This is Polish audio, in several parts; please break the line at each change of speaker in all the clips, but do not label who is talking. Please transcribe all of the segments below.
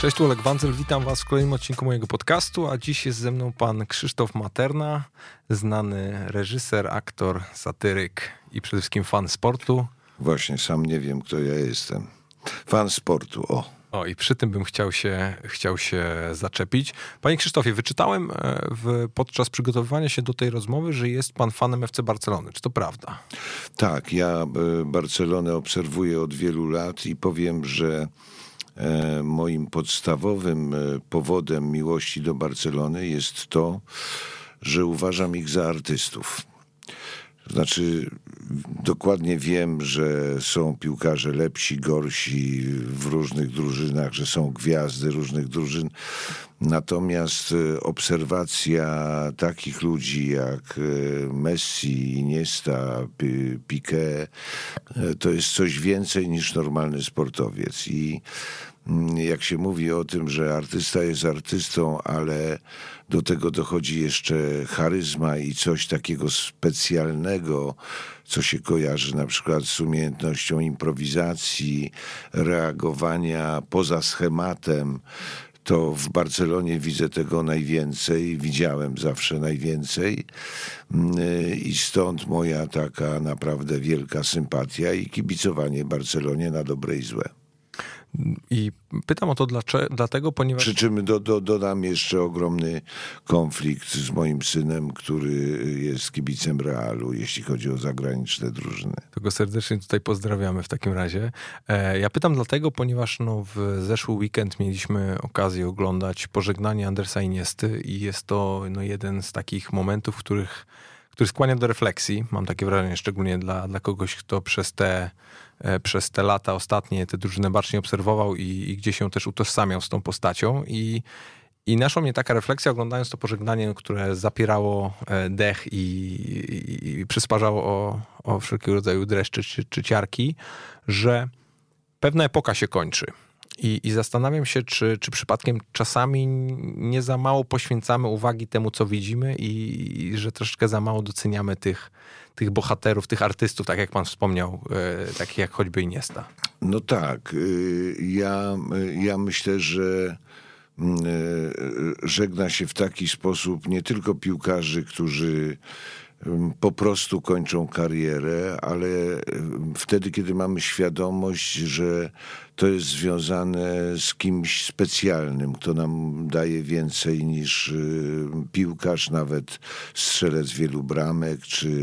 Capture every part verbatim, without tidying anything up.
Cześć, tu Oleg Wancel, witam was w kolejnym odcinku mojego podcastu, a dziś jest ze mną pan Krzysztof Materna, znany reżyser, aktor, satyryk i przede wszystkim fan sportu.
Właśnie, sam nie wiem, kto ja jestem. Fan sportu, o.
O, i przy tym bym chciał się, chciał się zaczepić. Panie Krzysztofie, wyczytałem w, podczas przygotowywania się do tej rozmowy, że jest pan fanem F C Barcelony. Czy to prawda?
Tak, ja Barcelonę obserwuję od wielu lat i powiem, że e, moim podstawowym powodem miłości do Barcelony jest to, że uważam ich za artystów. Znaczy, dokładnie wiem, że są piłkarze lepsi, gorsi w różnych drużynach, że są gwiazdy różnych drużyn. Natomiast obserwacja takich ludzi jak Messi, Iniesta, Piqué to jest coś więcej niż normalny sportowiec. I jak się mówi o tym, że artysta jest artystą, ale do tego dochodzi jeszcze charyzma i coś takiego specjalnego, co się kojarzy na przykład z umiejętnością improwizacji, reagowania poza schematem, to w Barcelonie widzę tego najwięcej, widziałem zawsze najwięcej i stąd moja taka naprawdę wielka sympatia i kibicowanie Barcelonie na dobre i złe.
I pytam o to dlaczego, dlatego, ponieważ...
Przy czym do, do, dodam jeszcze ogromny konflikt z moim synem, który jest kibicem Realu, jeśli chodzi o zagraniczne drużyny.
To go serdecznie tutaj pozdrawiamy w takim razie. E, ja pytam dlatego, ponieważ no, w zeszły weekend mieliśmy okazję oglądać pożegnanie Andresa Iniesty i jest to no, jeden z takich momentów, których, który skłania do refleksji. Mam takie wrażenie, szczególnie dla, dla kogoś, kto przez te przez te lata ostatnie tę drużynę bacznie obserwował i, i gdzieś się też utożsamiał z tą postacią. I, i naszła mnie taka refleksja, oglądając to pożegnanie, które zapierało dech i, i, i przysparzało o, o wszelkiego rodzaju dreszcze czy, czy ciarki, że pewna epoka się kończy. I, I zastanawiam się, czy, czy przypadkiem czasami nie za mało poświęcamy uwagi temu, co widzimy i, i że troszeczkę za mało doceniamy tych, tych bohaterów, tych artystów, tak jak pan wspomniał, e, takich jak choćby Iniesta.
No tak. Ja, ja myślę, że żegna się w taki sposób nie tylko piłkarzy, którzy po prostu kończą karierę, ale wtedy, kiedy mamy świadomość, że to jest związane z kimś specjalnym, kto nam daje więcej niż piłkarz, nawet strzelec wielu bramek, czy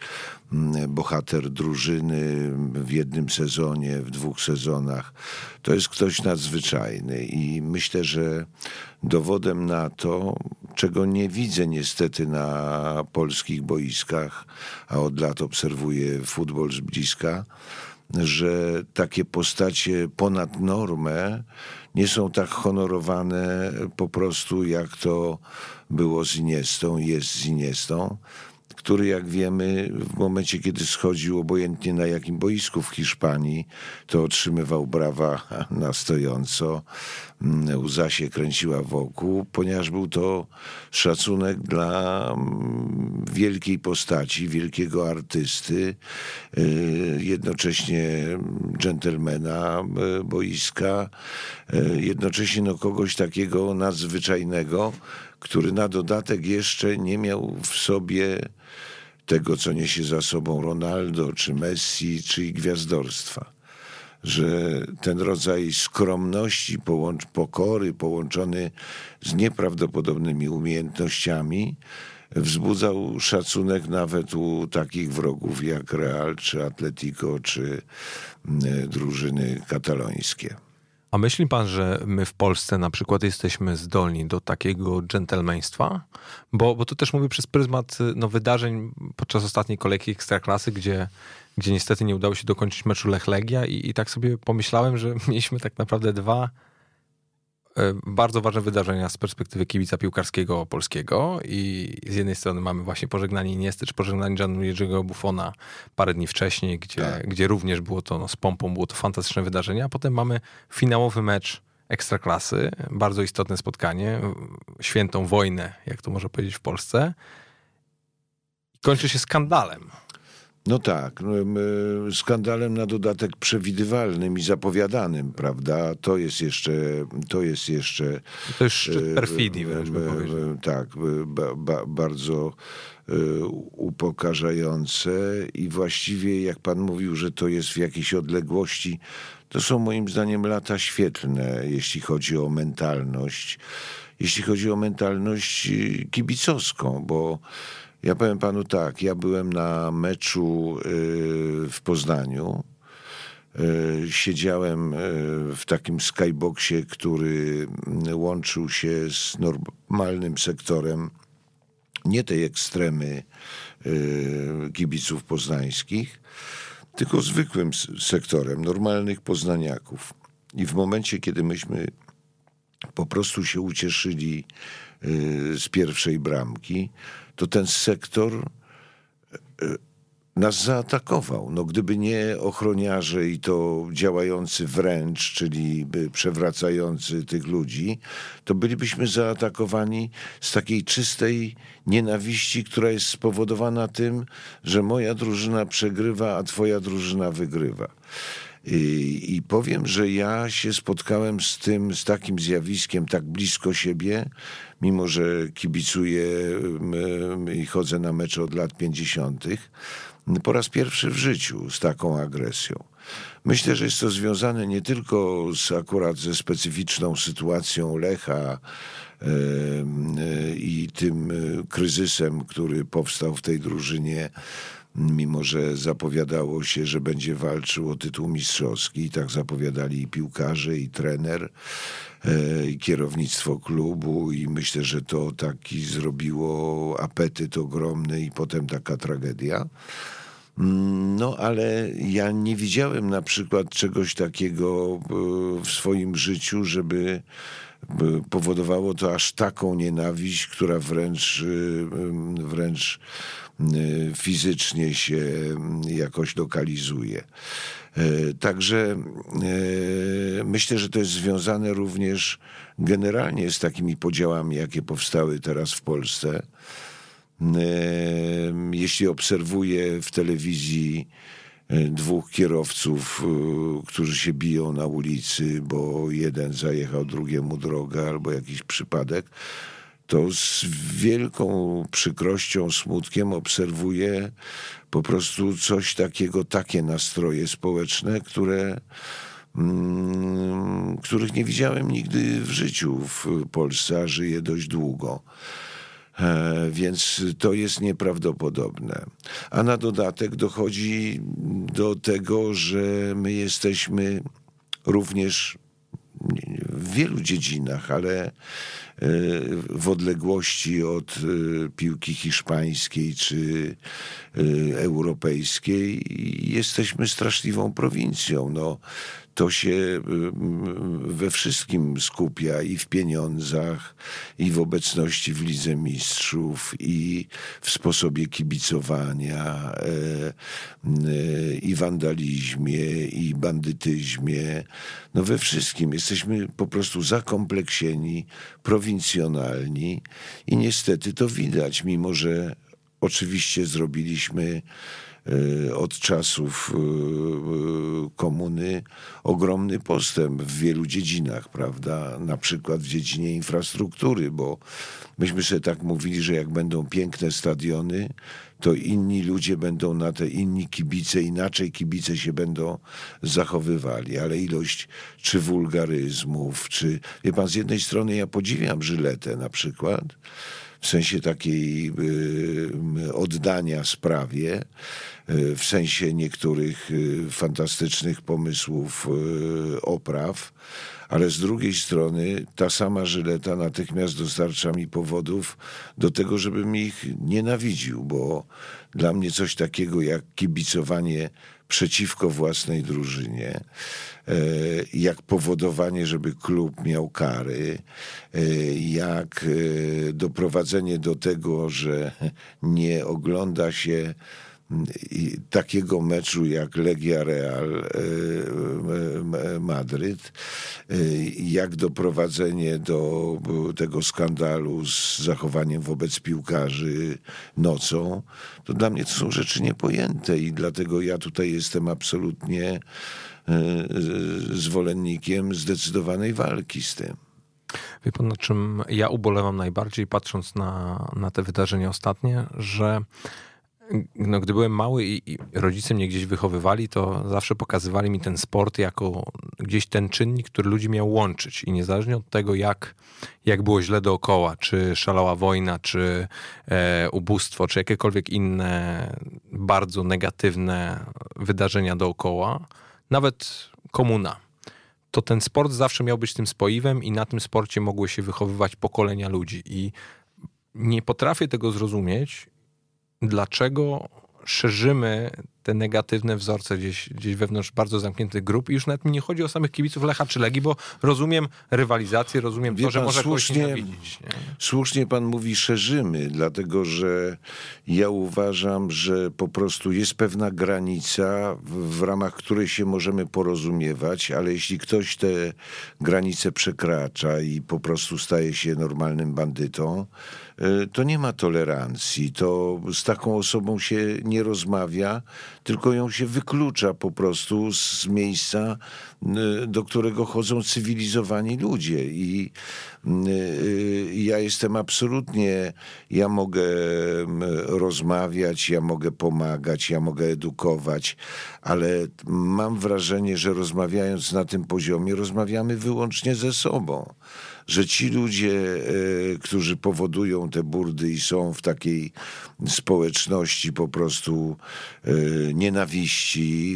bohater drużyny w jednym sezonie, w dwóch sezonach. To jest ktoś nadzwyczajny i myślę, że dowodem na to, czego nie widzę niestety na polskich boiskach, a od lat obserwuję futbol z bliska, że takie postacie ponad normę nie są tak honorowane po prostu, jak to było z Iniestą, jest z Iniestą, który, jak wiemy, w momencie, kiedy schodził obojętnie na jakim boisku w Hiszpanii, to otrzymywał brawa na stojąco, łza się kręciła wokół, ponieważ był to szacunek dla wielkiej postaci, wielkiego artysty, jednocześnie dżentelmena boiska, jednocześnie no, kogoś takiego nadzwyczajnego, który na dodatek jeszcze nie miał w sobie tego, co niesie za sobą Ronaldo, czy Messi, czy i gwiazdorstwa. Że ten rodzaj skromności, połącz- pokory połączony z nieprawdopodobnymi umiejętnościami wzbudzał szacunek nawet u takich wrogów jak Real, czy Atletico, czy y, drużyny katalońskie.
A myśli pan, że my w Polsce na przykład jesteśmy zdolni do takiego dżentelmeństwa? Bo, bo to też mówię przez pryzmat no, wydarzeń podczas ostatniej kolejki Ekstraklasy, gdzie, gdzie niestety nie udało się dokończyć meczu Lech-Legia i, i tak sobie pomyślałem, że mieliśmy tak naprawdę dwa bardzo ważne wydarzenia z perspektywy kibica piłkarskiego polskiego i z jednej strony mamy właśnie pożegnanie Iniesty czy pożegnanie Gianluigiego Buffona parę dni wcześniej, gdzie, tak. gdzie również było to no, z pompą, było to fantastyczne wydarzenie, a potem mamy finałowy mecz Ekstraklasy, bardzo istotne spotkanie, świętą wojnę, jak to można powiedzieć w Polsce, i kończy się skandalem.
No tak, no, skandalem na dodatek przewidywalnym i zapowiadanym, prawda? To jest jeszcze... To jest jeszcze...
To jest szczyt perfidii wręcz bym powiedział.
Tak, ba, ba, bardzo upokarzające i właściwie jak pan mówił, że to jest w jakiejś odległości, to są moim zdaniem lata świetlne, jeśli chodzi o mentalność. Jeśli chodzi o mentalność kibicowską, bo ja powiem panu tak, ja byłem na meczu w Poznaniu, siedziałem w takim skyboxie, który łączył się z normalnym sektorem, nie tej ekstremy kibiców poznańskich, tylko zwykłym sektorem normalnych poznaniaków. I w momencie, kiedy myśmy po prostu się ucieszyli z pierwszej bramki, to ten sektor nas zaatakował. No, gdyby nie ochroniarze i to działający wręcz, czyli przewracający tych ludzi, to bylibyśmy zaatakowani z takiej czystej nienawiści, która jest spowodowana tym, że moja drużyna przegrywa, a twoja drużyna wygrywa. I, I powiem, że ja się spotkałem z tym, z takim zjawiskiem tak blisko siebie, mimo że kibicuję i chodzę na mecze od lat pięćdziesiątych, po raz pierwszy w życiu z taką agresją. Myślę, że jest to związane nie tylko z akurat ze specyficzną sytuacją Lecha e, e, i tym kryzysem, który powstał w tej drużynie, mimo że zapowiadało się, że będzie walczył o tytuł mistrzowski. Tak zapowiadali i piłkarze, i trener, e, i kierownictwo klubu i myślę, że to taki zrobiło apetyt ogromny i potem taka tragedia. No, ale ja nie widziałem na przykład czegoś takiego w swoim życiu, żeby powodowało to aż taką nienawiść, która wręcz, wręcz fizycznie się jakoś lokalizuje. Także myślę, że to jest związane również generalnie z takimi podziałami, jakie powstały teraz w Polsce. Jeśli obserwuję w telewizji dwóch kierowców, którzy się biją na ulicy, bo jeden zajechał drugiemu drogę albo jakiś przypadek, to z wielką przykrością, smutkiem obserwuję po prostu coś takiego, takie nastroje społeczne, które, mm, których nie widziałem nigdy w życiu w Polsce, a żyję dość długo. Więc to jest nieprawdopodobne. A na dodatek dochodzi do tego, że my jesteśmy również w wielu dziedzinach, ale w odległości od piłki hiszpańskiej czy europejskiej jesteśmy straszliwą prowincją. No, to się we wszystkim skupia i w pieniądzach, i w obecności w Lidze Mistrzów, i w sposobie kibicowania, i wandalizmie, i bandytyzmie. No we wszystkim jesteśmy po prostu zakompleksieni, prowincjonalni i niestety to widać, mimo że oczywiście zrobiliśmy od czasów komuny ogromny postęp w wielu dziedzinach, prawda? Na przykład w dziedzinie infrastruktury, bo myśmy sobie tak mówili, że jak będą piękne stadiony, to inni ludzie będą na te, inni kibice, inaczej kibice się będą zachowywali, ale ilość czy wulgaryzmów, czy... Wie pan, z jednej strony ja podziwiam Żyletę na przykład, w sensie takiej y, oddania sprawie, y, w sensie niektórych y, fantastycznych pomysłów y, opraw, ale z drugiej strony ta sama Żyleta natychmiast dostarcza mi powodów do tego, żebym ich nienawidził, bo dla mnie coś takiego jak kibicowanie przeciwko własnej drużynie, jak powodowanie, żeby klub miał kary, jak doprowadzenie do tego, że nie ogląda się i takiego meczu jak Legia Real Madryt, jak doprowadzenie do tego skandalu z zachowaniem wobec piłkarzy nocą, to dla mnie to są rzeczy niepojęte i dlatego ja tutaj jestem absolutnie zwolennikiem zdecydowanej walki z tym.
Wie pan, na czym ja ubolewam najbardziej, patrząc na, na te wydarzenia ostatnie, że no, gdy byłem mały i, i rodzice mnie gdzieś wychowywali, to zawsze pokazywali mi ten sport jako gdzieś ten czynnik, który ludzi miał łączyć. I niezależnie od tego, jak, jak było źle dookoła, czy szalała wojna, czy e, ubóstwo, czy jakiekolwiek inne bardzo negatywne wydarzenia dookoła, nawet komuna, to ten sport zawsze miał być tym spoiwem i na tym sporcie mogły się wychowywać pokolenia ludzi. I nie potrafię tego zrozumieć, dlaczego szerzymy te negatywne wzorce gdzieś, gdzieś wewnątrz bardzo zamkniętych grup. I już nawet mi nie chodzi o samych kibiców Lecha czy Legii, bo rozumiem rywalizację, rozumiem
Wie
to, że
pan,
może kogoś
słusznie,
nienawidzić. Nie?
Słusznie pan mówi szerzymy, dlatego że ja uważam, że po prostu jest pewna granica, w, w ramach której się możemy porozumiewać, ale jeśli ktoś te granice przekracza i po prostu staje się normalnym bandytą, to nie ma tolerancji. To z taką osobą się nie rozmawia, tylko ją się wyklucza po prostu z miejsca, do którego chodzą cywilizowani ludzie. I ja jestem absolutnie, ja mogę rozmawiać, ja mogę pomagać, ja mogę edukować, ale mam wrażenie, że rozmawiając na tym poziomie, rozmawiamy wyłącznie ze sobą. Że ci ludzie, którzy powodują te burdy i są w takiej społeczności po prostu nienawiści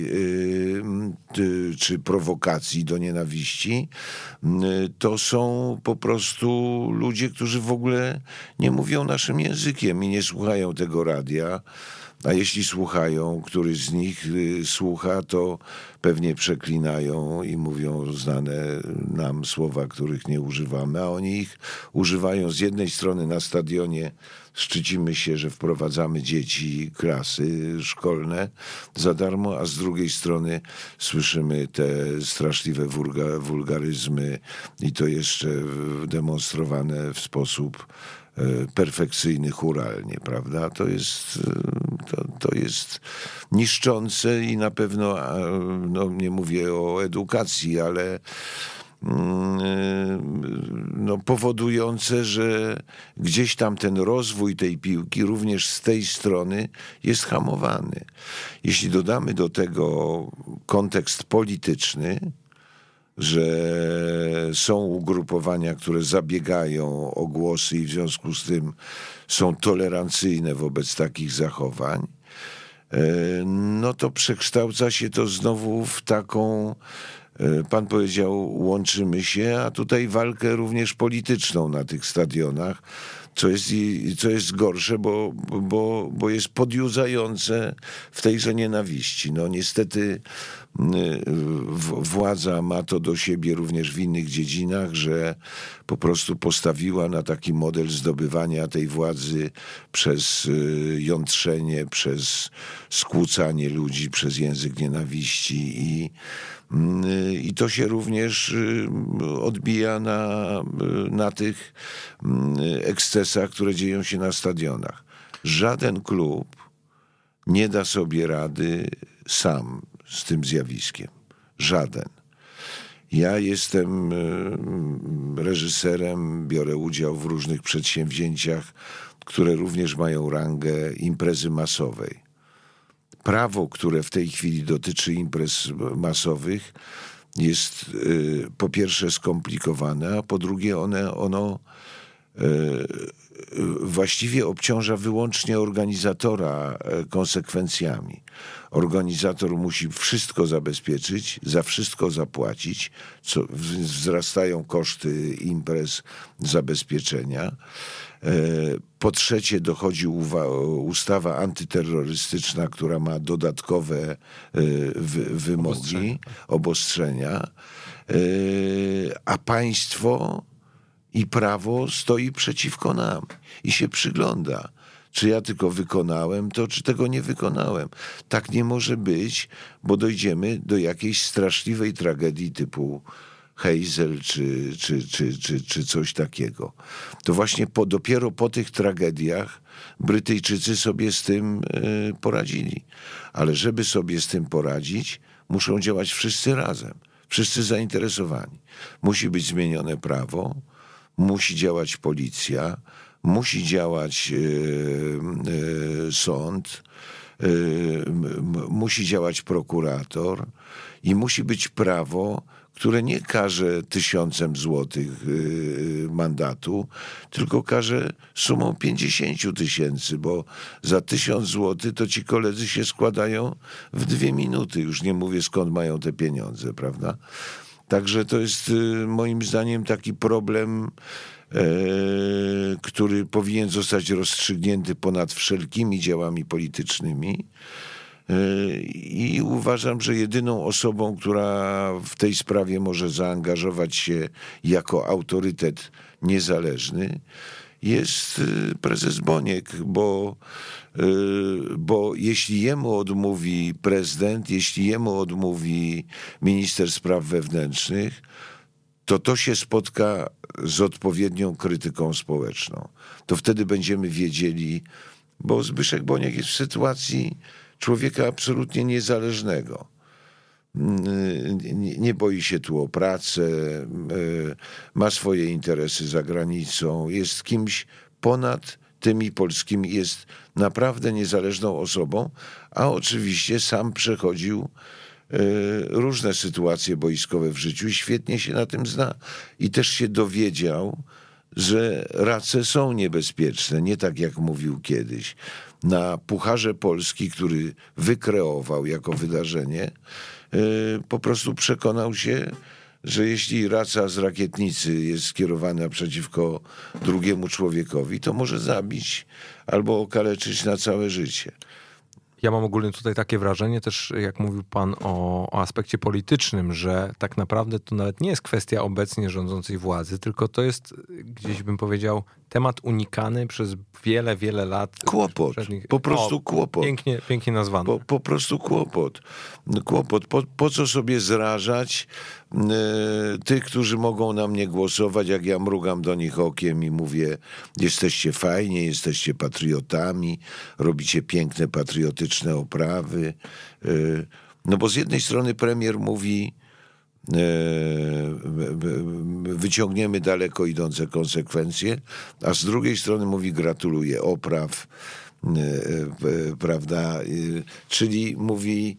czy prowokacji do nienawiści, to są po prostu ludzie, którzy w ogóle nie mówią naszym językiem i nie słuchają tego radia. A jeśli słuchają, któryś z nich słucha, to pewnie przeklinają i mówią znane nam słowa, których nie używamy, a oni ich używają z jednej strony na stadionie. Szczycimy się, że wprowadzamy dzieci, klasy szkolne za darmo, a z drugiej strony słyszymy te straszliwe wulga, wulgaryzmy i to jeszcze demonstrowane w sposób perfekcyjny, chóralnie, prawda? To jest, to, to jest niszczące i na pewno, no nie mówię o edukacji, ale no, powodujące, że gdzieś tam ten rozwój tej piłki również z tej strony jest hamowany. Jeśli dodamy do tego kontekst polityczny, że są ugrupowania, które zabiegają o głosy i w związku z tym są tolerancyjne wobec takich zachowań, no to przekształca się to znowu w taką, pan powiedział, łączymy się, a tutaj walkę również polityczną na tych stadionach, co jest, co jest gorsze, bo, bo, bo jest podjudzające w tejże nienawiści. No niestety władza ma to do siebie również w innych dziedzinach, że po prostu postawiła na taki model zdobywania tej władzy przez jątrzenie, przez skłócanie ludzi, przez język nienawiści i I to się również odbija na, na tych ekscesach, które dzieją się na stadionach. Żaden klub nie da sobie rady sam z tym zjawiskiem. Żaden. Ja jestem reżyserem, biorę udział w różnych przedsięwzięciach, które również mają rangę imprezy masowej. Prawo, które w tej chwili dotyczy imprez masowych, jest y, po pierwsze skomplikowane, a po drugie one, ono y, właściwie obciąża wyłącznie organizatora konsekwencjami. Organizator musi wszystko zabezpieczyć, za wszystko zapłacić, co wzrastają koszty imprez zabezpieczenia. Po trzecie dochodzi ustawa antyterrorystyczna, która ma dodatkowe wymogi, obostrzenia, a państwo i prawo stoi przeciwko nam i się przygląda, czy ja tylko wykonałem to, czy tego nie wykonałem. Tak nie może być, bo dojdziemy do jakiejś straszliwej tragedii typu Heysel czy, czy, czy, czy, czy coś takiego. To właśnie po, dopiero po tych tragediach Brytyjczycy sobie z tym y, poradzili. Ale żeby sobie z tym poradzić, muszą działać wszyscy razem. Wszyscy zainteresowani. Musi być zmienione prawo, musi działać policja, musi działać y, y, sąd, y, m, musi działać prokurator i musi być prawo, które nie karze tysiącem złotych yy, mandatu, tylko karze sumą pięćdziesięciu tysięcy, bo za tysiąc złotych to ci koledzy się składają w dwie minuty. Już nie mówię, skąd mają te pieniądze, prawda? Także to jest yy, moim zdaniem taki problem, yy, który powinien zostać rozstrzygnięty ponad wszelkimi działami politycznymi. I uważam, że jedyną osobą, która w tej sprawie może zaangażować się jako autorytet niezależny, jest prezes Boniek, bo, bo jeśli jemu odmówi prezydent, jeśli jemu odmówi minister spraw wewnętrznych, to to się spotka z odpowiednią krytyką społeczną. To wtedy będziemy wiedzieli, bo Zbyszek Boniek jest w sytuacji człowieka absolutnie niezależnego. Nie boi się tu o pracę, ma swoje interesy za granicą, jest kimś ponad tymi polskimi, jest naprawdę niezależną osobą, a oczywiście sam przechodził różne sytuacje boiskowe w życiu i świetnie się na tym zna. I też się dowiedział, że race są niebezpieczne, nie tak jak mówił kiedyś. Na Pucharze Polski, który wykreował jako wydarzenie, po prostu przekonał się, że jeśli raca z rakietnicy jest skierowana przeciwko drugiemu człowiekowi, to może zabić albo okaleczyć na całe życie.
Ja mam ogólnie tutaj takie wrażenie też, jak mówił pan o, o aspekcie politycznym, że tak naprawdę to nawet nie jest kwestia obecnie rządzącej władzy, tylko to jest, gdzieś bym powiedział, temat unikany przez wiele, wiele lat.
Kłopot. Poprzednich... Po prostu o, kłopot.
Pięknie, pięknie nazwany.
Po, po prostu kłopot. Kłopot. Po, po co sobie zrażać yy, tych, którzy mogą na mnie głosować, jak ja mrugam do nich okiem i mówię, jesteście fajnie, jesteście patriotami, robicie piękne, patriotyczne oprawy. Yy, no bo z jednej strony premier mówi, wyciągniemy daleko idące konsekwencje, a z drugiej strony mówi gratuluję opraw, prawda, czyli mówi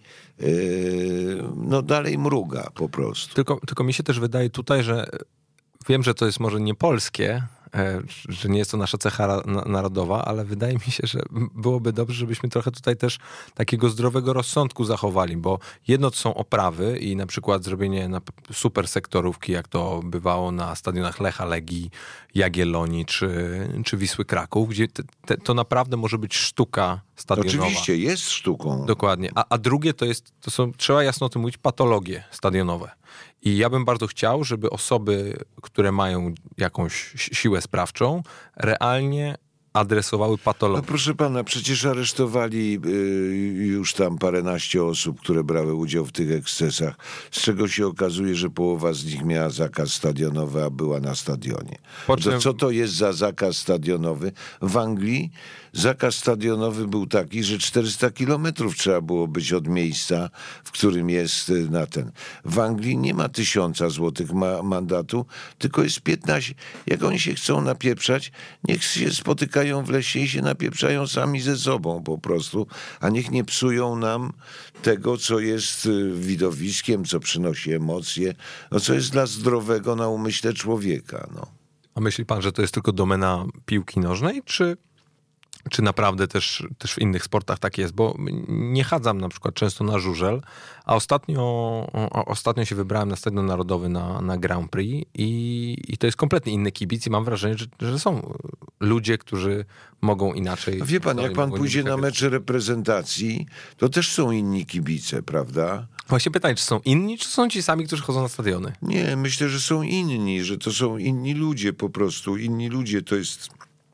no dalej mruga po prostu.
Tylko, tylko mi się też wydaje tutaj, że wiem, że to jest może nie polskie, że nie jest to nasza cecha narodowa, ale wydaje mi się, że byłoby dobrze, żebyśmy trochę tutaj też takiego zdrowego rozsądku zachowali, bo jedno to są oprawy i na przykład zrobienie na super sektorówki, jak to bywało na stadionach Lecha, Legii, Jagiellonii czy, czy Wisły Kraków, gdzie te, te, to naprawdę może być sztuka stadionowa.
Oczywiście, jest sztuką.
Dokładnie. A, a drugie to jest, to są, trzeba jasno o tym mówić, patologie stadionowe. I ja bym bardzo chciał, żeby osoby, które mają jakąś siłę sprawczą, realnie adresowały patologię.
No proszę pana, przecież aresztowali y, już tam paręnaście osób, które brały udział w tych ekscesach, z czego się okazuje, że połowa z nich miała zakaz stadionowy, a była na stadionie.
Po czym...
To co to jest za zakaz stadionowy? W Anglii zakaz stadionowy był taki, że czterysta kilometrów trzeba było być od miejsca, w którym jest na ten. W Anglii nie ma tysiąca złotych ma- mandatu, tylko jest piętnaście. Jak oni się chcą napieprzać, niech się spotykają w lesie i się napieprzają sami ze sobą po prostu, a niech nie psują nam tego, co jest widowiskiem, co przynosi emocje, no co jest dla zdrowego na umyśle człowieka. No.
A myśli pan, że to jest tylko domena piłki nożnej, czy... Czy naprawdę też, też w innych sportach tak jest? Bo nie chadzam na przykład często na żużel, a ostatnio, o, ostatnio się wybrałem na Stadion Narodowy na, na Grand Prix i, i to jest kompletnie inny kibic i mam wrażenie, że, że są ludzie, którzy mogą inaczej...
A wie pan, jak pan pójdzie na mecze reprezentacji, to też są inni kibice, prawda?
Właśnie pytanie, czy są inni, czy są ci sami, którzy chodzą na stadiony?
Nie, myślę, że są inni, że to są inni ludzie po prostu. Inni ludzie to jest...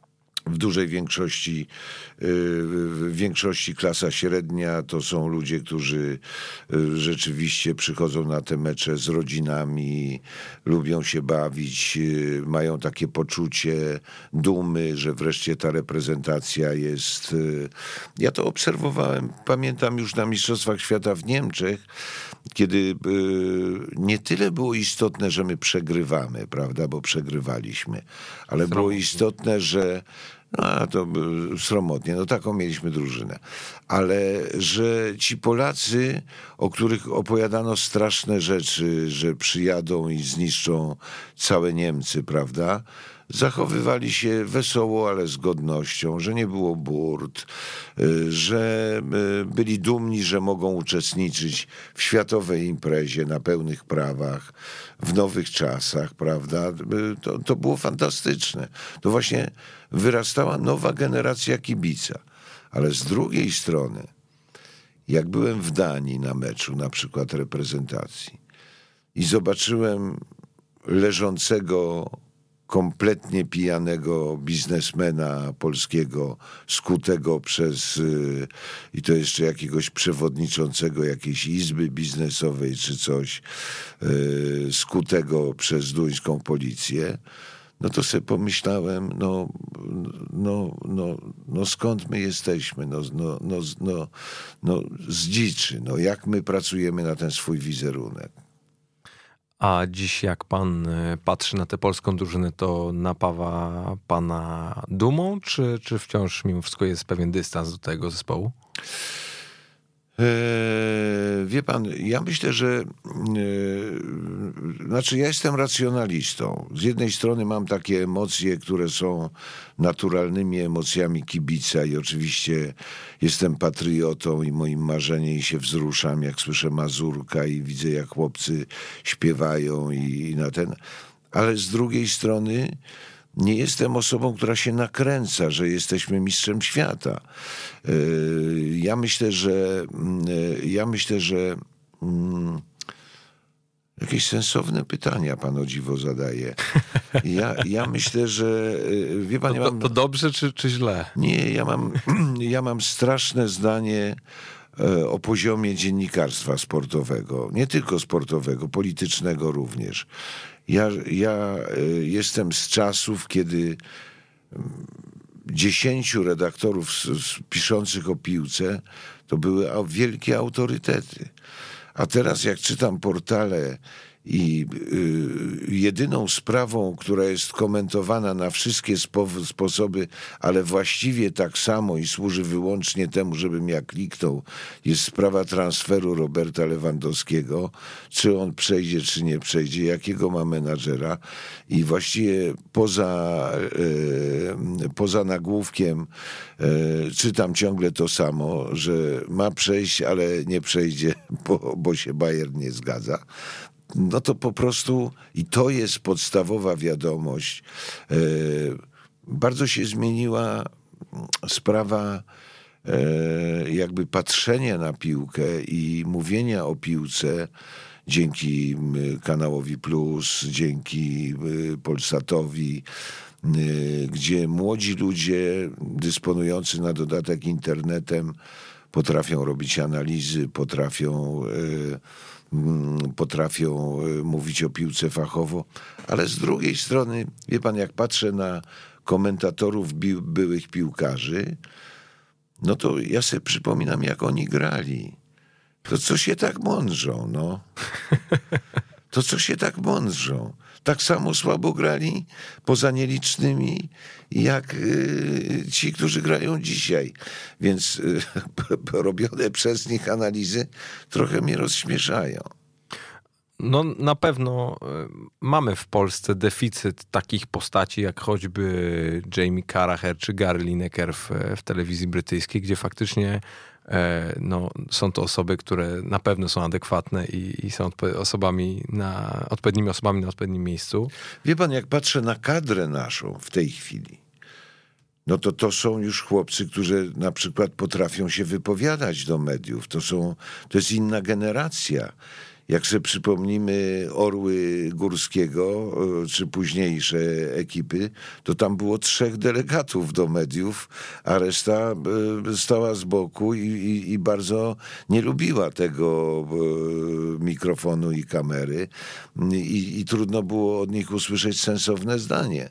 w dużej większości, w większości klasa średnia to są ludzie, którzy rzeczywiście przychodzą na te mecze z rodzinami, lubią się bawić, mają takie poczucie dumy, że wreszcie ta reprezentacja jest... Ja to obserwowałem, pamiętam już na Mistrzostwach Świata w Niemczech, kiedy nie tyle było istotne, że my przegrywamy, prawda, bo przegrywaliśmy, ale było istotne, że no a to sromotnie, no taką mieliśmy drużynę. Ale że ci Polacy, o których opowiadano straszne rzeczy, że przyjadą i zniszczą całe Niemcy, prawda? Zachowywali się wesoło, ale z godnością, że nie było burt, że byli dumni, że mogą uczestniczyć w światowej imprezie na pełnych prawach, w nowych czasach, prawda? To, to było fantastyczne. To właśnie wyrastała nowa generacja kibica. Ale z drugiej strony, jak byłem w Danii na meczu, na przykład reprezentacji, i zobaczyłem leżącego kompletnie pijanego biznesmena polskiego, skutego przez, i to jeszcze jakiegoś przewodniczącego jakiejś izby biznesowej czy coś, skutego przez duńską policję, no to sobie pomyślałem, no, no, no, no skąd my jesteśmy, no, no, no, no, no z dziczy, no jak my pracujemy na ten swój wizerunek.
A dziś jak pan patrzy na tę polską drużynę, to napawa pana dumą, czy, czy wciąż mimo wszystko jest pewien dystans do tego zespołu?
Eee, wie pan, ja myślę, że e, znaczy ja jestem racjonalistą. Z jednej strony mam takie emocje, które są naturalnymi emocjami kibica i oczywiście jestem patriotą i moim marzeniem się wzruszam, jak słyszę Mazurka i widzę, jak chłopcy śpiewają i, i na ten... Ale z drugiej strony nie jestem osobą, która się nakręca, że jesteśmy mistrzem świata. Ja myślę, że ja myślę, że jakieś sensowne pytania pan o dziwo zadaje. Ja, ja myślę, że wie pan,
to,
ja mam...
to dobrze czy, czy źle?
Nie, ja mam, ja mam straszne zdanie o poziomie dziennikarstwa sportowego. Nie tylko sportowego, politycznego również. Ja, ja jestem z czasów, kiedy dziesięciu redaktorów z, z piszących o piłce to były wielkie autorytety. A teraz jak czytam portale i y, jedyną sprawą, która jest komentowana na wszystkie spo- sposoby, ale właściwie tak samo i służy wyłącznie temu, żebym ja kliknął, jest sprawa transferu Roberta Lewandowskiego, czy on przejdzie, czy nie przejdzie, jakiego ma menadżera i właściwie poza, y, poza nagłówkiem y, czytam ciągle to samo, że ma przejść, ale nie przejdzie, bo, bo się Bayern nie zgadza. No to po prostu, i to jest podstawowa wiadomość, bardzo się zmieniła sprawa jakby patrzenia na piłkę i mówienia o piłce dzięki kanałowi Plus, dzięki Polsatowi, gdzie młodzi ludzie dysponujący na dodatek internetem potrafią robić analizy, potrafią potrafią mówić o piłce fachowo, ale z drugiej strony, wie pan, jak patrzę na komentatorów bi- byłych piłkarzy, no to ja sobie przypominam, jak oni grali. To co się tak mądrzą, no. To co się tak mądrzą. Tak samo słabo grali, poza nielicznymi, jak y, ci, którzy grają dzisiaj. Więc y, robione przez nich analizy trochę mnie rozśmieszają.
No na pewno mamy w Polsce deficyt takich postaci jak choćby Jamie Carragher czy Gary Lineker w, w telewizji brytyjskiej, gdzie faktycznie no, są to osoby, które na pewno są adekwatne i, i są odpo- osobami na, odpowiednimi osobami na odpowiednim miejscu.
Wie pan, jak patrzę na kadrę naszą w tej chwili, no to to są już chłopcy, którzy na przykład potrafią się wypowiadać do mediów. To są, to jest inna generacja. jak sobie przypomnimy Orły Górskiego, czy późniejsze ekipy, to tam było trzech delegatów do mediów, a reszta stała z boku i, i, i bardzo nie lubiła tego mikrofonu i kamery i, i trudno było od nich usłyszeć sensowne zdanie.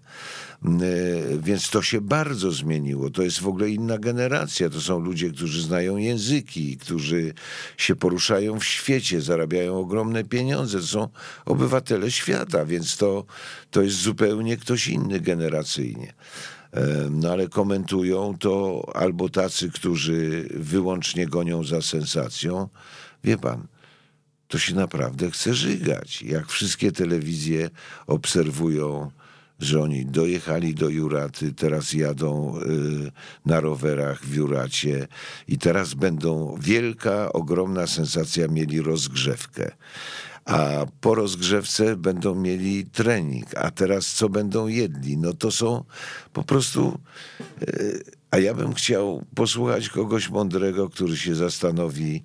Więc to się bardzo zmieniło. To jest w ogóle inna generacja. To są ludzie, którzy znają języki, którzy się poruszają w świecie, zarabiają ogromne pieniądze. To są obywatele świata, więc to, to jest zupełnie ktoś inny generacyjnie. No ale komentują to albo tacy, którzy wyłącznie gonią za sensacją. Wie pan, to się naprawdę chce żygać. Jak wszystkie telewizje obserwują, że oni dojechali do Juraty, teraz jadą y, na rowerach w Juracie i teraz będą wielka, ogromna sensacja, mieli rozgrzewkę. A po rozgrzewce będą mieli trening. A teraz co będą jedli? No to są po prostu... Y, a ja bym chciał posłuchać kogoś mądrego, który się zastanowi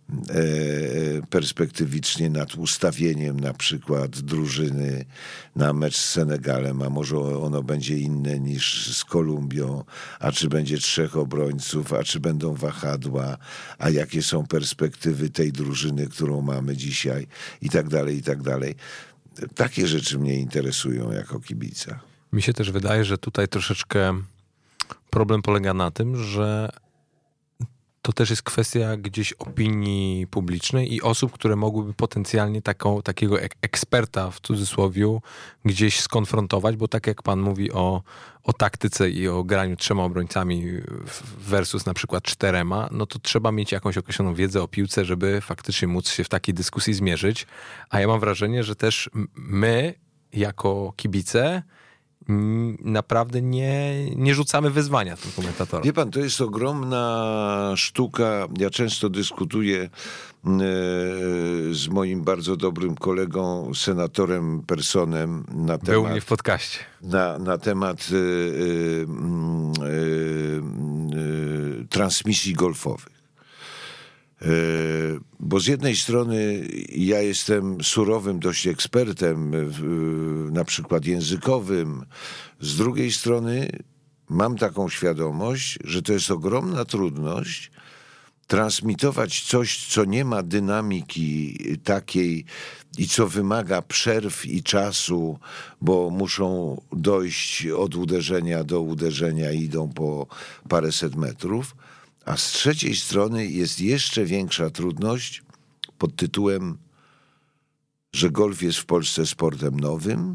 perspektywicznie nad ustawieniem na przykład drużyny na mecz z Senegalem, a może ono będzie inne niż z Kolumbią, a czy będzie trzech obrońców, a czy będą wahadła, a jakie są perspektywy tej drużyny, którą mamy dzisiaj i tak dalej, i tak dalej. Takie rzeczy mnie interesują jako kibica.
Mi się też wydaje, że tutaj troszeczkę problem polega na tym, że to też jest kwestia gdzieś opinii publicznej i osób, które mogłyby potencjalnie taką, takiego ek- eksperta w cudzysłowie gdzieś skonfrontować, bo tak jak pan mówi o, o taktyce i o graniu trzema obrońcami versus na przykład czterema, no to trzeba mieć jakąś określoną wiedzę o piłce, żeby faktycznie móc się w takiej dyskusji zmierzyć. A ja mam wrażenie, że też my jako kibice naprawdę nie, nie rzucamy wyzwania tym komentatorom.
Wie pan, to jest ogromna sztuka. Ja często dyskutuję z moim bardzo dobrym kolegą, senatorem Personem na temat...
Był u mnie w podcaście.
Na, na temat y, y, y, y, transmisji golfowych. Bo z jednej strony ja jestem surowym dość ekspertem, na przykład językowym, z drugiej strony mam taką świadomość, że to jest ogromna trudność transmitować coś, co nie ma dynamiki takiej i co wymaga przerw i czasu, bo muszą dojść od uderzenia do uderzenia i idą po paręset metrów. A z trzeciej strony jest jeszcze większa trudność pod tytułem, że golf jest w Polsce sportem nowym,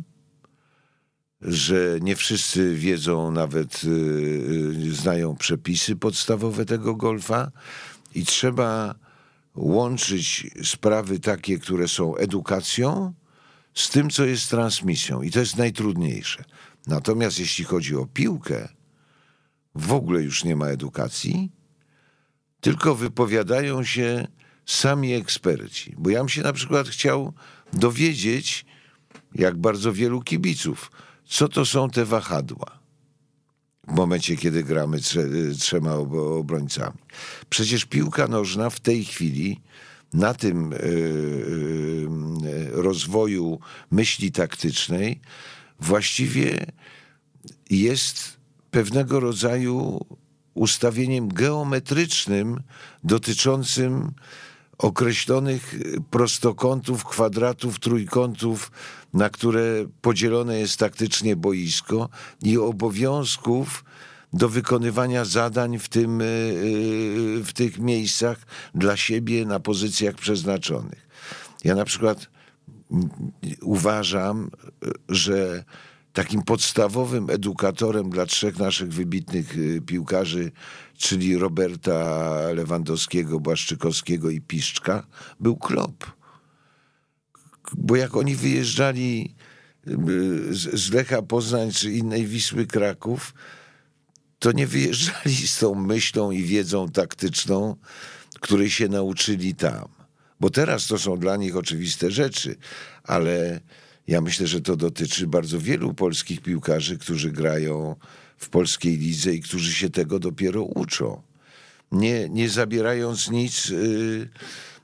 że nie wszyscy wiedzą, nawet yy, znają przepisy podstawowe tego golfa i trzeba łączyć sprawy takie, które są edukacją, z tym, co jest transmisją. I to jest najtrudniejsze. Natomiast jeśli chodzi o piłkę, w ogóle już nie ma edukacji, tylko wypowiadają się sami eksperci. Bo ja bym się na przykład chciał dowiedzieć, jak bardzo wielu kibiców, co to są te wahadła w momencie, kiedy gramy trze, trzema obrońcami. Przecież piłka nożna w tej chwili na tym yy, yy, rozwoju myśli taktycznej właściwie jest pewnego rodzaju ustawieniem geometrycznym dotyczącym określonych prostokątów, kwadratów, trójkątów, na które podzielone jest taktycznie boisko i obowiązków do wykonywania zadań w, tym, w tych miejscach dla siebie na pozycjach przeznaczonych. Ja na przykład uważam, że takim podstawowym edukatorem dla trzech naszych wybitnych piłkarzy, czyli Roberta Lewandowskiego, Błaszczykowskiego i Piszczka, był Klopp. Bo jak oni wyjeżdżali z Lecha Poznań czy innej Wisły Kraków, to nie wyjeżdżali z tą myślą i wiedzą taktyczną, której się nauczyli tam. Bo teraz to są dla nich oczywiste rzeczy, ale ja myślę, że to dotyczy bardzo wielu polskich piłkarzy, którzy grają w polskiej lidze i którzy się tego dopiero uczą. Nie, nie zabierając nic yy,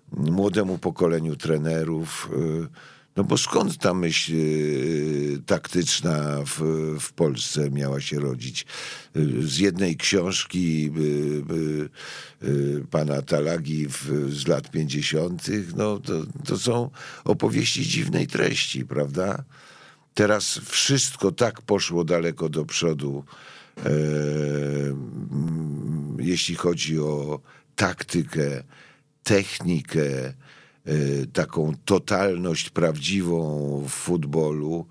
młodemu pokoleniu trenerów. No bo skąd ta myśl taktyczna w, w Polsce miała się rodzić? Z jednej książki pana Talagi w, z lat pięćdziesiątych. No to, to są opowieści dziwnej treści, prawda? Teraz wszystko tak poszło daleko do przodu, e, jeśli chodzi o taktykę, technikę, taką totalność prawdziwą w futbolu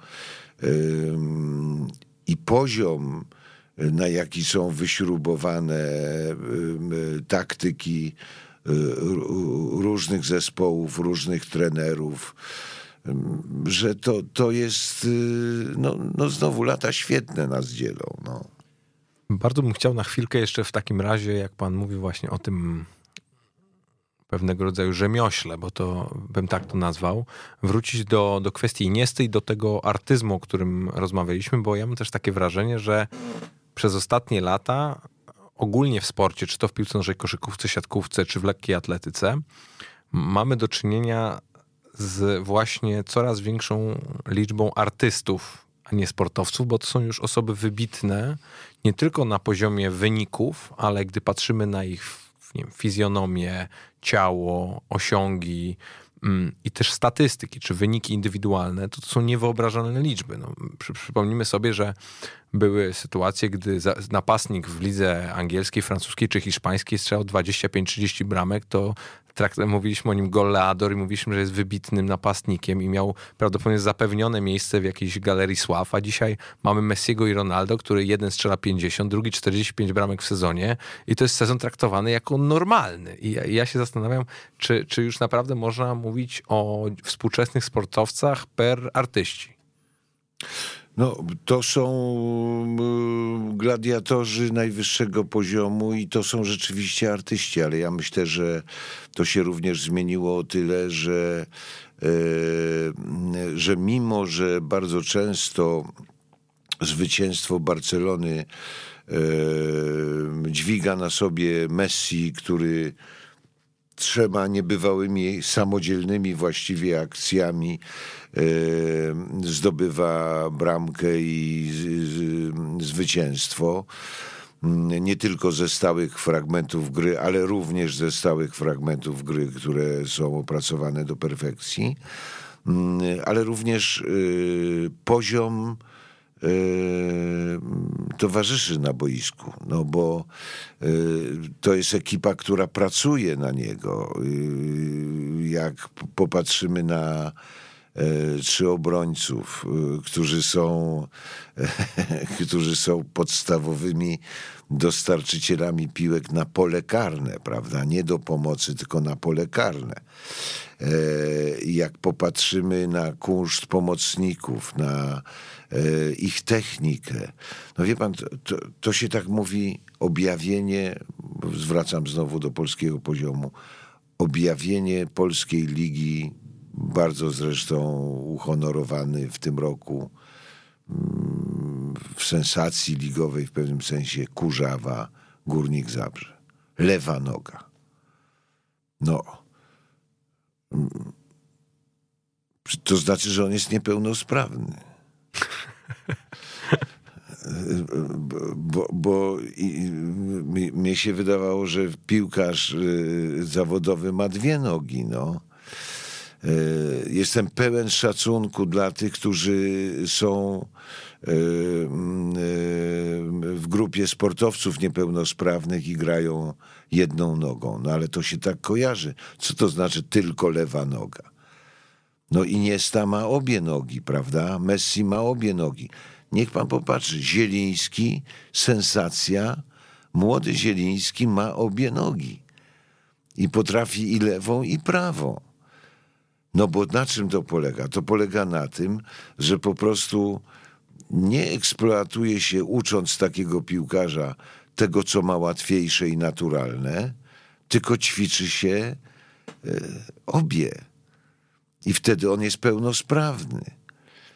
i poziom, na jaki są wyśrubowane taktyki różnych zespołów, różnych trenerów, że to, to jest, no, no znowu lata świetne nas dzielą. No.
Bardzo bym chciał na chwilkę jeszcze w takim razie, jak pan mówi właśnie o tym pewnego rodzaju rzemiośle, bo to bym tak to nazwał, wrócić do, do kwestii Iniesty i do tego artyzmu, o którym rozmawialiśmy, bo ja mam też takie wrażenie, że przez ostatnie lata ogólnie w sporcie, czy to w piłce nożnej, koszykówce, siatkówce, czy w lekkiej atletyce, mamy do czynienia z właśnie coraz większą liczbą artystów, a nie sportowców, bo to są już osoby wybitne, nie tylko na poziomie wyników, ale gdy patrzymy na ich, nie wiem, fizjonomię, ciało, osiągi mm, i też statystyki, czy wyniki indywidualne, to, to są niewyobrażalne liczby. No, przy, przypomnijmy sobie, że były sytuacje, gdy za, napastnik w lidze angielskiej, francuskiej czy hiszpańskiej strzelał dwadzieścia pięć trzydzieści bramek, to trakt, mówiliśmy o nim goleador i mówiliśmy, że jest wybitnym napastnikiem i miał prawdopodobnie zapewnione miejsce w jakiejś galerii sław, a dzisiaj mamy Messiego i Ronaldo, który jeden strzela pięćdziesiąt, drugi czterdzieści pięć bramek w sezonie i to jest sezon traktowany jako normalny. I ja, ja się zastanawiam, czy, czy już naprawdę można mówić o współczesnych sportowcach per artyści.
No, to są gladiatorzy najwyższego poziomu i to są rzeczywiście artyści, ale ja myślę, że to się również zmieniło o tyle, że, że mimo, że bardzo często zwycięstwo Barcelony dźwiga na sobie Messi, który trzema niebywałymi, samodzielnymi właściwie akcjami zdobywa bramkę i zwycięstwo. Nie tylko ze stałych fragmentów gry, ale również ze stałych fragmentów gry, które są opracowane do perfekcji, ale również poziom towarzyszy na boisku, no bo to jest ekipa, która pracuje na niego. Jak popatrzymy na trzy obrońców, którzy są, którzy są podstawowymi dostarczycielami piłek na pole karne, prawda? Nie do pomocy, tylko na pole karne. Jak popatrzymy na kunszt pomocników, na ich technikę, no wie pan, to, to, to się tak mówi objawienie, zwracam znowu do polskiego poziomu, objawienie polskiej ligi, bardzo zresztą uhonorowany w tym roku w sensacji ligowej w pewnym sensie Kurzawa, Górnik Zabrze. Lewa noga. No. To znaczy, że on jest niepełnosprawny. Bo, bo i, mi, mnie się wydawało, że piłkarz zawodowy ma dwie nogi, no. Jestem pełen szacunku dla tych, którzy są w grupie sportowców niepełnosprawnych i grają jedną nogą. No ale to się tak kojarzy. Co to znaczy tylko lewa noga? No Iniesta ma obie nogi, prawda? Messi ma obie nogi. Niech pan popatrzy. Zieliński, sensacja. Młody Zieliński ma obie nogi. I potrafi i lewą, i prawą. No bo na czym to polega? To polega na tym, że po prostu nie eksploatuje się, ucząc takiego piłkarza tego, co ma łatwiejsze i naturalne, tylko ćwiczy się obie. I wtedy on jest pełnosprawny.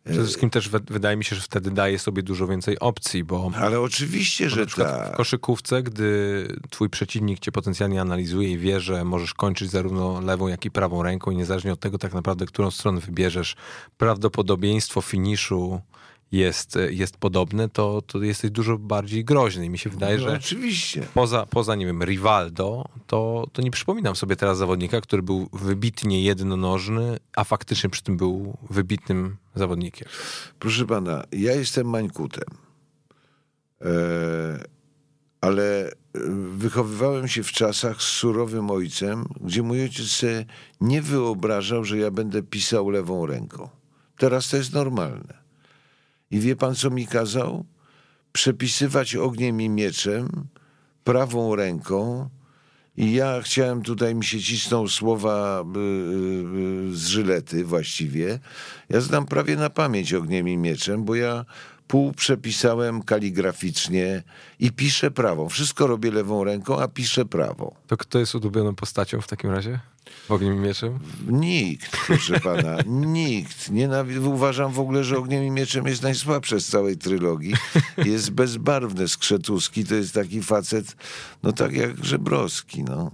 Przede wszystkim też wydaje mi się, że wtedy daje sobie dużo więcej opcji, bo...
Ale oczywiście, że tak.
W koszykówce, gdy twój przeciwnik cię potencjalnie analizuje i wie, że możesz kończyć zarówno lewą, jak i prawą ręką i niezależnie od tego tak naprawdę, którą stronę wybierzesz, prawdopodobieństwo finiszu jest, jest podobne, to, to jesteś dużo bardziej groźny. I mi się wydaje,
no,
że
oczywiście.
Poza, poza, nie wiem, Rivaldo, to, to nie przypominam sobie teraz zawodnika, który był wybitnie jednonożny, a faktycznie przy tym był wybitnym zawodnikiem.
Proszę pana, ja jestem mańkutem, e, ale wychowywałem się w czasach z surowym ojcem, gdzie mój ojciec sobie nie wyobrażał, że ja będę pisał lewą ręką. Teraz to jest normalne. I wie pan, co mi kazał? Przepisywać ogniem i mieczem, prawą ręką. I ja chciałem, tutaj mi się cisną słowa z żylety właściwie. Ja znam prawie na pamięć ogniem i mieczem, bo ja pół przepisałem kaligraficznie i piszę prawą. Wszystko robię lewą ręką, a piszę prawą.
To kto jest ulubioną postacią w takim razie? Ogniem i mieczem?
Nikt, proszę pana, nikt. Nienawi- Uważam w ogóle, że Ogniem i mieczem jest najsłabsze z całej trylogii. Jest bezbarwny. Skrzetuski to jest taki facet, no tak jak Żebrowski, no.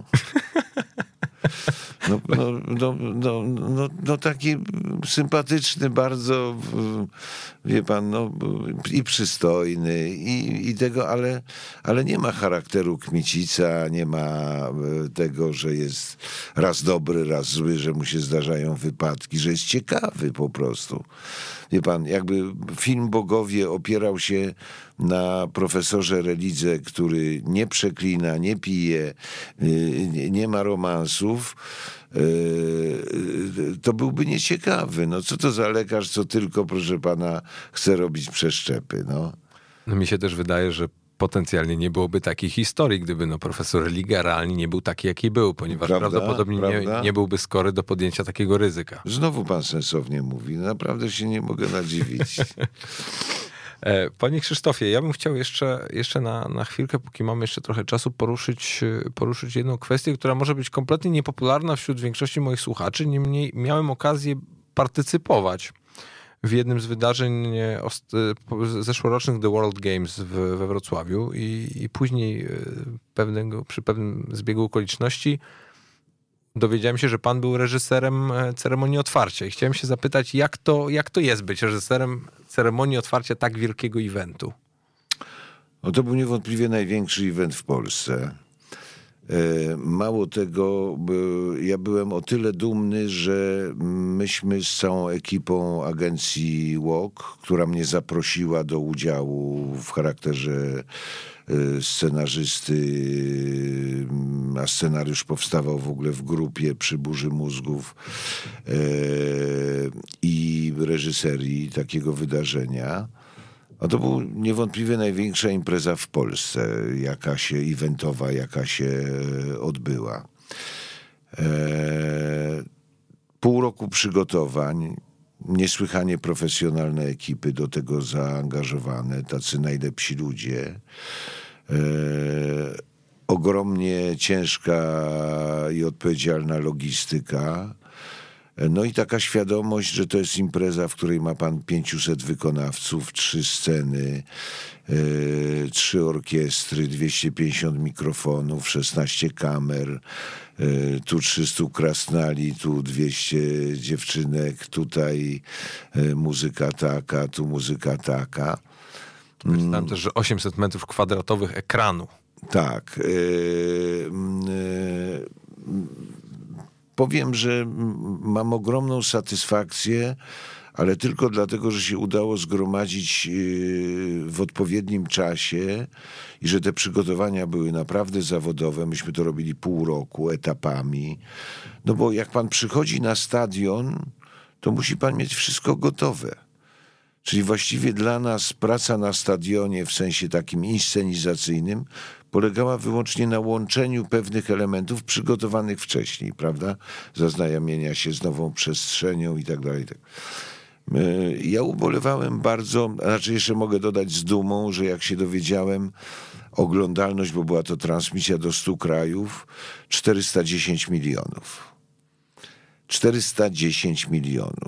No, no, no, no, no, no taki sympatyczny bardzo, wie pan, no i przystojny i, i tego, ale, ale nie ma charakteru kmicica, nie ma tego, że jest raz dobry, raz zły, że mu się zdarzają wypadki, że jest ciekawy po prostu. Wie pan, jakby film Bogowie opierał się na profesorze Relidze, który nie przeklina, nie pije, nie ma romansów, to byłby nieciekawy. No co to za lekarz, co tylko, proszę pana, chce robić przeszczepy, no.
No mi się też wydaje, że potencjalnie nie byłoby takiej historii, gdyby no profesor Religa realnie nie był taki, jaki był, ponieważ prawda, prawdopodobnie prawda? Nie, nie byłby skory do podjęcia takiego ryzyka.
Znowu pan sensownie mówi. Naprawdę się nie mogę nadziwić.
Panie Krzysztofie, ja bym chciał jeszcze, jeszcze na, na chwilkę, póki mamy jeszcze trochę czasu, poruszyć, poruszyć jedną kwestię, która może być kompletnie niepopularna wśród większości moich słuchaczy. Niemniej miałem okazję partycypować w jednym z wydarzeń zeszłorocznych The World Games w, we Wrocławiu i, i później pewnego, przy pewnym zbiegu okoliczności dowiedziałem się, że pan był reżyserem ceremonii otwarcia i chciałem się zapytać, jak to, jak to jest być reżyserem ceremonii otwarcia tak wielkiego eventu?
No to był niewątpliwie największy event w Polsce. Mało tego, ja byłem o tyle dumny, że myśmy z całą ekipą agencji Walk, która mnie zaprosiła do udziału w charakterze scenarzysty, a scenariusz powstawał w ogóle w grupie przy Burzy Mózgów i reżyserii takiego wydarzenia. A to była niewątpliwie największa impreza w Polsce, jaka się eventowa, jaka się odbyła. E, pół roku przygotowań, niesłychanie profesjonalne ekipy do tego zaangażowane, tacy najlepsi ludzie. E, ogromnie ciężka i odpowiedzialna logistyka. No i taka świadomość, że to jest impreza, w której ma pan pięciuset wykonawców, trzy sceny, yy, trzy orkiestry, dwieście pięćdziesiąt mikrofonów, szesnaście kamer, yy, tu trzystu krasnali, tu dwieście dziewczynek, tutaj yy, muzyka taka, tu muzyka taka.
Przeczytałem też, że osiemset metrów kwadratowych ekranu.
Tak. Yy, yy, Powiem, że mam ogromną satysfakcję, ale tylko dlatego, że się udało zgromadzić w odpowiednim czasie i że te przygotowania były naprawdę zawodowe. Myśmy to robili pół roku, etapami. No bo jak pan przychodzi na stadion, to musi pan mieć wszystko gotowe. Czyli właściwie dla nas praca na stadionie w sensie takim inscenizacyjnym polegała wyłącznie na łączeniu pewnych elementów przygotowanych wcześniej, prawda? Zaznajomienia się z nową przestrzenią i tak dalej. Ja ubolewałem bardzo, znaczy jeszcze mogę dodać z dumą, że jak się dowiedziałem, oglądalność, bo była to transmisja do stu krajów, czterysta dziesięć milionów. czterysta dziesięć milionów.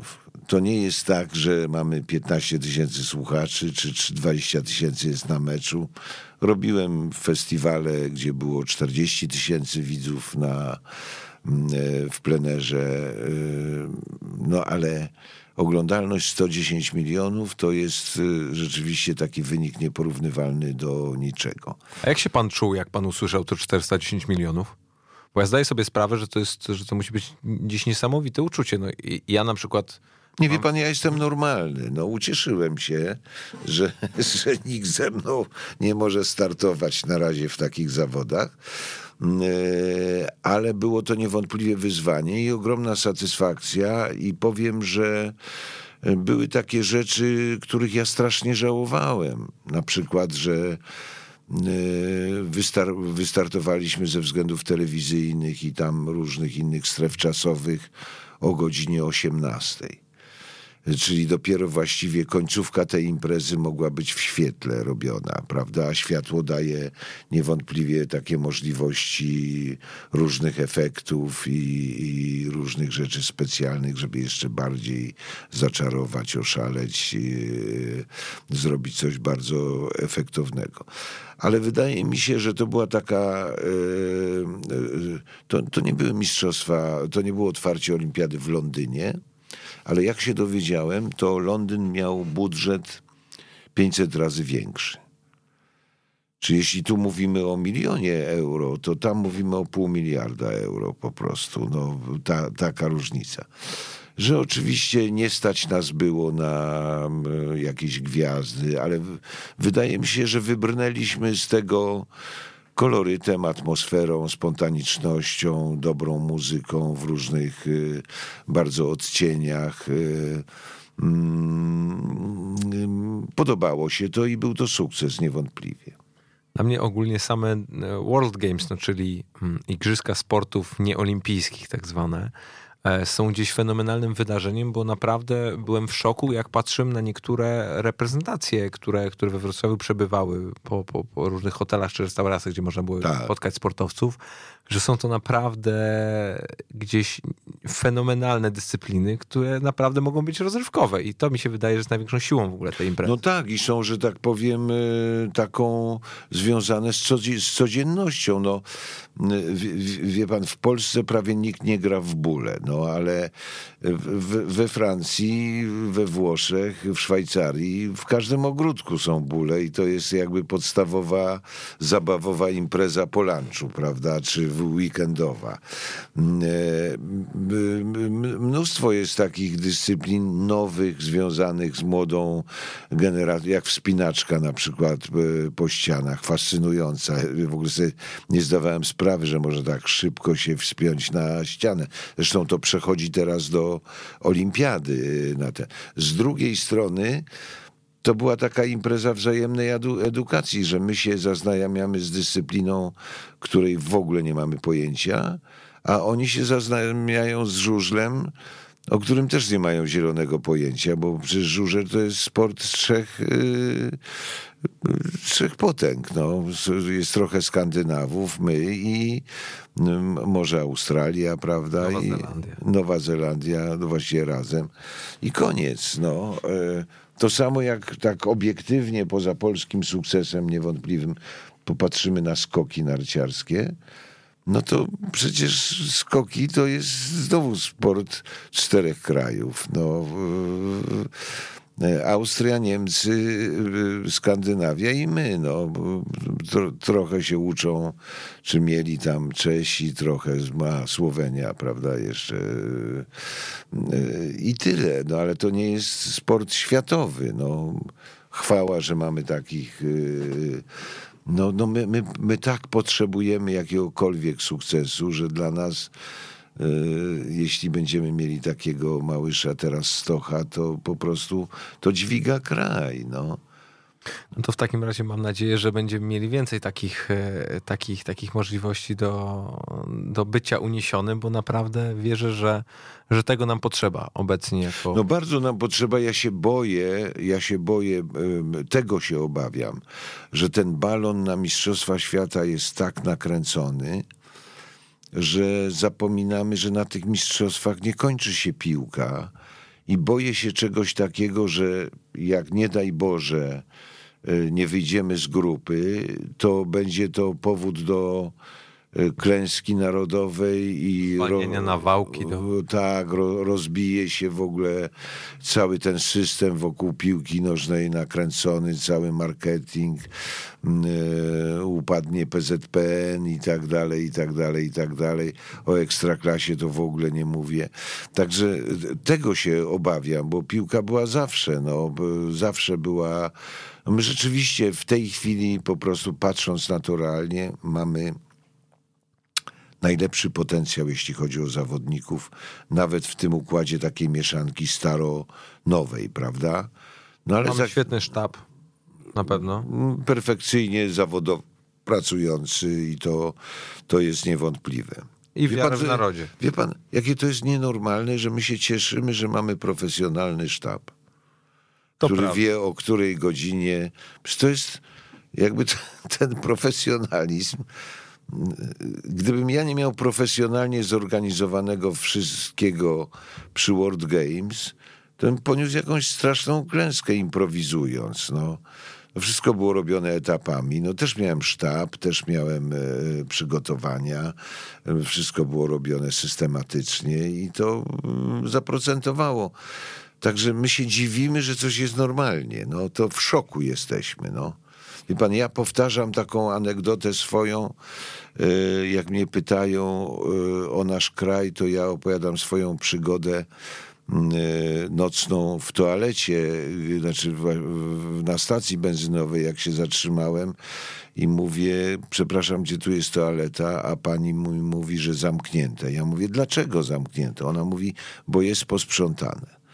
to nie jest tak, że mamy piętnaście tysięcy słuchaczy, czy, czy dwadzieścia tysięcy jest na meczu. Robiłem festiwale, gdzie było czterdzieści tysięcy widzów na, w plenerze, no ale oglądalność sto dziesięć milionów to jest rzeczywiście taki wynik nieporównywalny do niczego.
A jak się pan czuł, jak pan usłyszał to czterysta dziesięć milionów? Bo ja zdaję sobie sprawę, że to jest, że to musi być gdzieś niesamowite uczucie. No i ja na przykład...
Nie wie pan, ja jestem normalny. No ucieszyłem się, że, że nikt ze mną nie może startować na razie w takich zawodach. Ale było to niewątpliwie wyzwanie i ogromna satysfakcja i powiem, że były takie rzeczy, których ja strasznie żałowałem. Na przykład, że Wystar- wystartowaliśmy ze względów telewizyjnych i tam różnych innych stref czasowych o godzinie osiemnastej. Czyli dopiero właściwie końcówka tej imprezy mogła być w świetle robiona, prawda? A światło daje niewątpliwie takie możliwości różnych efektów i, i różnych rzeczy specjalnych, żeby jeszcze bardziej zaczarować, oszaleć, yy, zrobić coś bardzo efektownego. Ale wydaje mi się, że to była taka, yy, yy, to, to nie były mistrzostwa, to nie było otwarcie olimpiady w Londynie, ale jak się dowiedziałem, to Londyn miał budżet pięćset razy większy. Czy jeśli tu mówimy o milionie euro, to tam mówimy o pół miliarda euro po prostu. No, ta, taka różnica. Że oczywiście nie stać nas było na jakieś gwiazdy, ale w, wydaje mi się, że wybrnęliśmy z tego kolorytem, atmosferą, spontanicznością, dobrą muzyką w różnych y, bardzo odcieniach. Y, mm, podobało się to i był to sukces niewątpliwie.
Dla mnie ogólnie same World Games, no czyli Igrzyska Sportów Nieolimpijskich tak zwane, są gdzieś fenomenalnym wydarzeniem, bo naprawdę byłem w szoku, jak patrzyłem na niektóre reprezentacje, które, które we Wrocławiu przebywały po, po, po różnych hotelach czy restauracjach, gdzie można było tak. spotkać sportowców, że są to naprawdę gdzieś fenomenalne dyscypliny, które naprawdę mogą być rozrywkowe i to mi się wydaje, że jest największą siłą w ogóle tej imprezy.
No tak, i są, że tak powiem, taką związane z, codzie- z codziennością. No, wie, wie pan, w Polsce prawie nikt nie gra w bóle, no ale w, we Francji, we Włoszech, w Szwajcarii, w każdym ogródku są bóle i to jest jakby podstawowa, zabawowa impreza po lunchu, prawda, czy weekendowa. Mnóstwo jest takich dyscyplin nowych, związanych z młodą generacją, jak wspinaczka na przykład po ścianach, fascynująca. W ogóle sobie nie zdawałem sprawy, że może tak szybko się wspiąć na ścianę. Zresztą to przechodzi teraz do olimpiady. Na te. Z drugiej strony to była taka impreza wzajemnej edu- edukacji, że my się zaznajamiamy z dyscypliną, której w ogóle nie mamy pojęcia, a oni się zaznajamiają z żużlem, o którym też nie mają zielonego pojęcia, bo przecież żużel to jest sport trzech, yy, trzech potęg. No. Jest trochę Skandynawów, my i yy, może Australia, prawda?
Nowa
I
Zelandia.
Nowa Zelandia, no właściwie razem. I koniec. No. Yy, to samo jak tak obiektywnie poza polskim sukcesem niewątpliwym popatrzymy na skoki narciarskie, no to przecież skoki to jest znowu sport czterech krajów. No, Austria, Niemcy, Skandynawia i my. No, tro, trochę się uczą, czy mieli tam Czesi, trochę ma Słowenia, prawda, jeszcze i tyle. No, ale to nie jest sport światowy. No, chwała, że mamy takich... No, no my, my, my tak potrzebujemy jakiegokolwiek sukcesu, że dla nas, y, jeśli będziemy mieli takiego Małysza teraz Stocha, to po prostu to dźwiga kraj, no.
No to w takim razie mam nadzieję, że będziemy mieli więcej takich, takich, takich możliwości do, do bycia uniesionym, bo naprawdę wierzę, że, że tego nam potrzeba obecnie. Jako...
No bardzo nam potrzeba, ja się boję, ja się boję, tego się obawiam, że ten balon na Mistrzostwa Świata jest tak nakręcony, że zapominamy, że na tych mistrzostwach nie kończy się piłka i boję się czegoś takiego, że jak nie daj Boże nie wyjdziemy z grupy, to będzie to powód do klęski narodowej i
Walnienia na wałki. Do...
Tak, ro, rozbije się w ogóle cały ten system wokół piłki nożnej nakręcony, cały marketing, yy, upadnie P Z P N i tak dalej, i tak dalej, i tak dalej. O Ekstraklasie to w ogóle nie mówię. Także tego się obawiam, bo piłka była zawsze, no, zawsze była... No my rzeczywiście w tej chwili po prostu patrząc naturalnie mamy najlepszy potencjał, jeśli chodzi o zawodników, nawet w tym układzie takiej mieszanki staro-nowej, prawda?
No ale Mamy za... świetny sztab, na pewno.
Perfekcyjnie zawodowo pracujący i to, to jest niewątpliwe.
I wiarę w narodzie.
Wie pan, jakie to jest nienormalne, że my się cieszymy, że mamy profesjonalny sztab, to który prawda. Wie, o której godzinie. Przecież to jest jakby ten profesjonalizm. Gdybym ja nie miał profesjonalnie zorganizowanego wszystkiego przy World Games, to bym poniósł jakąś straszną klęskę improwizując. No. Wszystko było robione etapami. No, też miałem sztab, też miałem e, przygotowania. Wszystko było robione systematycznie i to mm, zaprocentowało. Także my się dziwimy, że coś jest normalnie. No, to w szoku jesteśmy, no. Wie pan, ja powtarzam taką anegdotę swoją, jak mnie pytają o nasz kraj, to ja opowiadam swoją przygodę nocną w toalecie, znaczy na stacji benzynowej, jak się zatrzymałem i mówię, przepraszam, gdzie tu jest toaleta, a pani mi mówi, że zamknięte. Ja mówię, dlaczego zamknięte? Ona mówi, bo jest posprzątane.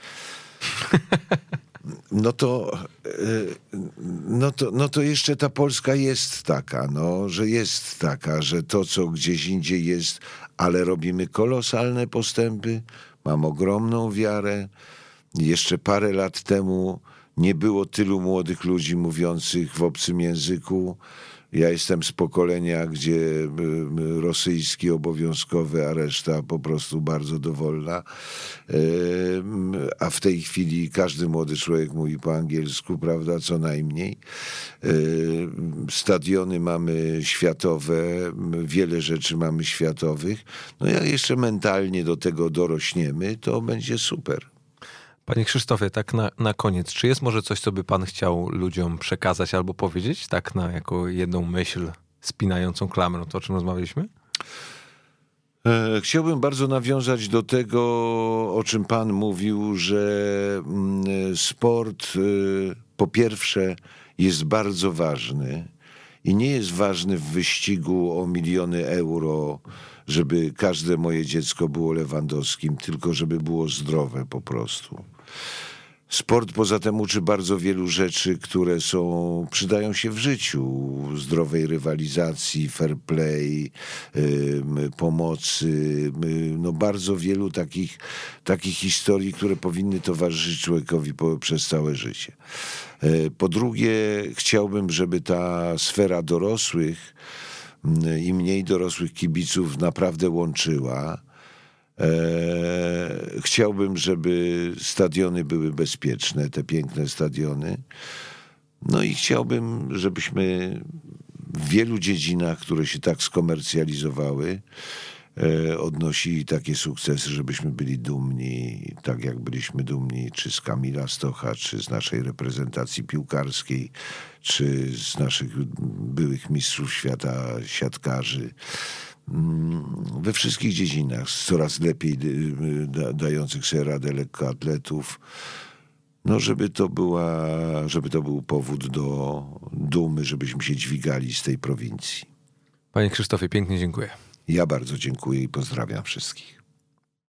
No to, no, to, no to jeszcze ta Polska jest taka, no, że jest taka, że to, co gdzieś indziej jest, ale robimy kolosalne postępy, mam ogromną wiarę. Jeszcze parę lat temu nie było tylu młodych ludzi mówiących w obcym języku. Ja jestem z pokolenia, gdzie rosyjski obowiązkowy, a reszta po prostu bardzo dowolna. A w tej chwili każdy młody człowiek mówi po angielsku, prawda, co najmniej. Stadiony mamy światowe, wiele rzeczy mamy światowych. No jak jeszcze mentalnie do tego dorośniemy, to będzie super.
Panie Krzysztofie, tak na, na koniec, czy jest może coś, co by pan chciał ludziom przekazać albo powiedzieć, tak na jako jedną myśl spinającą klamrą, to o czym rozmawialiśmy?
Chciałbym bardzo nawiązać do tego, o czym pan mówił, że sport po pierwsze jest bardzo ważny i nie jest ważny w wyścigu o miliony euro, żeby każde moje dziecko było Lewandowskim, tylko żeby było zdrowe po prostu. Sport poza tym uczy bardzo wielu rzeczy, które są, przydają się w życiu. Zdrowej rywalizacji, fair play, yy, pomocy. Yy, no bardzo wielu takich, takich historii, które powinny towarzyszyć człowiekowi po, przez całe życie. Yy, po drugie, chciałbym, żeby ta sfera dorosłych yy, i mniej dorosłych kibiców naprawdę łączyła. Eee, chciałbym, żeby stadiony były bezpieczne, te piękne stadiony. No i chciałbym, żebyśmy w wielu dziedzinach, które się tak skomercjalizowały, e, odnosili takie sukcesy, żebyśmy byli dumni, tak jak byliśmy dumni czy z Kamila Stocha, czy z naszej reprezentacji piłkarskiej, czy z naszych byłych mistrzów świata siatkarzy. We wszystkich dziedzinach, coraz lepiej dających sobie radę lekkoatletów, no żeby to była, żeby to był powód do dumy, żebyśmy się dźwigali z tej prowincji.
Panie Krzysztofie, pięknie dziękuję.
Ja bardzo dziękuję i pozdrawiam wszystkich.